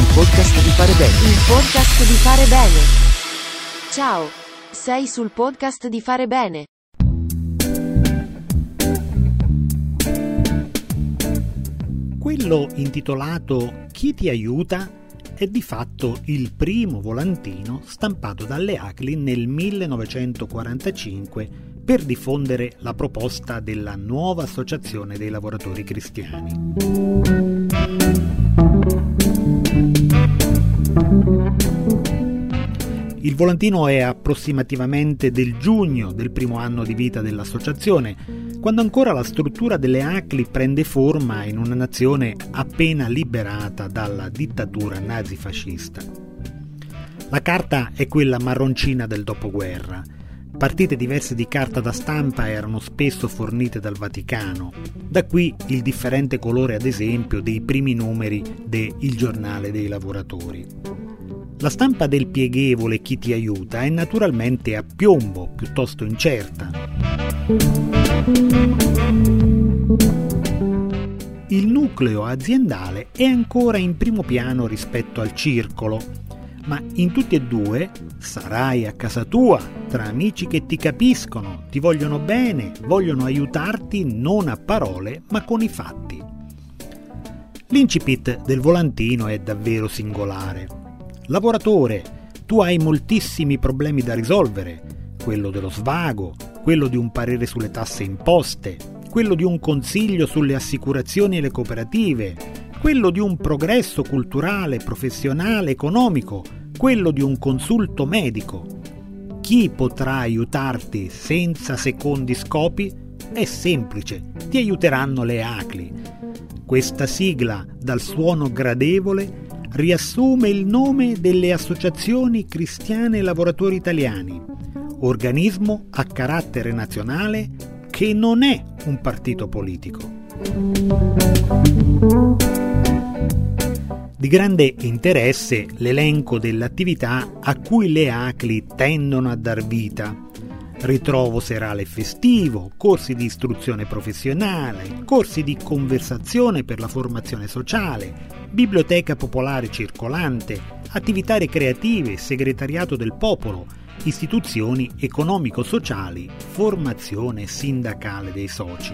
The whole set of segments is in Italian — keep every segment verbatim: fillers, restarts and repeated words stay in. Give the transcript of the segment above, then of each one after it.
podcast di Fare Bene. Il podcast di Fare Bene. Ciao, sei sul podcast di Fare Bene. Quello intitolato Chi ti aiuta è di fatto il primo volantino stampato dalle A C L I nel millenovecentoquarantacinque per diffondere la proposta della nuova Associazione dei Lavoratori Cristiani. Il volantino è approssimativamente del giugno del primo anno di vita dell'associazione, quando ancora la struttura delle A C L I prende forma in una nazione appena liberata dalla dittatura nazifascista. La carta è quella marroncina del dopoguerra. Partite diverse di carta da stampa erano spesso fornite dal Vaticano. Da qui il differente colore, ad esempio, dei primi numeri de Il Giornale dei Lavoratori. La stampa del pieghevole Chi ti aiuta è naturalmente a piombo, piuttosto incerta. Il nucleo aziendale è ancora in primo piano rispetto al circolo, ma in tutti e due sarai a casa tua, tra amici che ti capiscono, ti vogliono bene, vogliono aiutarti non a parole ma con i fatti. L'incipit del volantino è davvero singolare. Lavoratore, tu hai moltissimi problemi da risolvere, quello dello svago, quello di un parere sulle tasse imposte, quello di un consiglio sulle assicurazioni e le cooperative, quello di un progresso culturale, professionale, economico, quello di un consulto medico. Chi potrà aiutarti senza secondi scopi? È semplice, ti aiuteranno le A C L I. Questa sigla, dal suono gradevole, riassume il nome delle Associazioni Cristiane Lavoratori Italiani, organismo a carattere nazionale che non è un partito politico. Di grande interesse l'elenco delle attività a cui le A C L I tendono a dar vita. Ritrovo serale festivo, corsi di istruzione professionale, corsi di conversazione per la formazione sociale, biblioteca popolare circolante, attività ricreative, segretariato del popolo, istituzioni economico-sociali, formazione sindacale dei soci.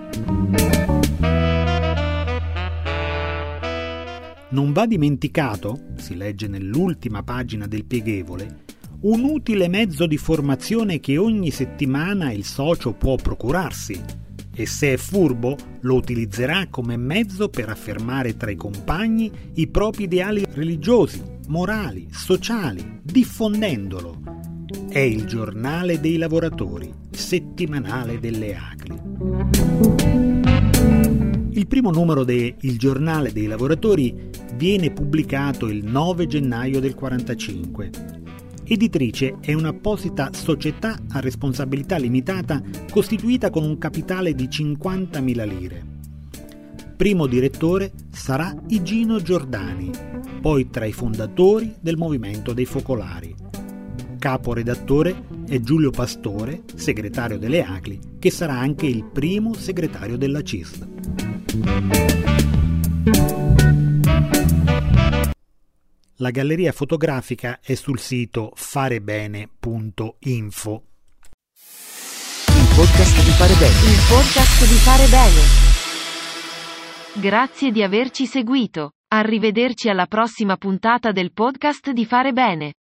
Non va dimenticato, si legge nell'ultima pagina del pieghevole, un utile mezzo di formazione che ogni settimana il socio può procurarsi e se è furbo lo utilizzerà come mezzo per affermare tra i compagni i propri ideali religiosi, morali, sociali, diffondendolo. È il Giornale dei Lavoratori, settimanale delle A C L I. Il primo numero de Il Giornale dei Lavoratori viene pubblicato il nove gennaio del quarantacinque. Editrice è un'apposita società a responsabilità limitata costituita con un capitale di cinquantamila lire. Primo direttore sarà Igino Giordani, poi tra i fondatori del Movimento dei Focolari. Caporedattore è Giulio Pastore, segretario delle A C L I, che sarà anche il primo segretario della C I S L. La galleria fotografica è sul sito farebene punto info. Il podcast di Fare Bene. Il podcast di Fare Bene. Grazie di averci seguito. Arrivederci alla prossima puntata del podcast di Fare Bene.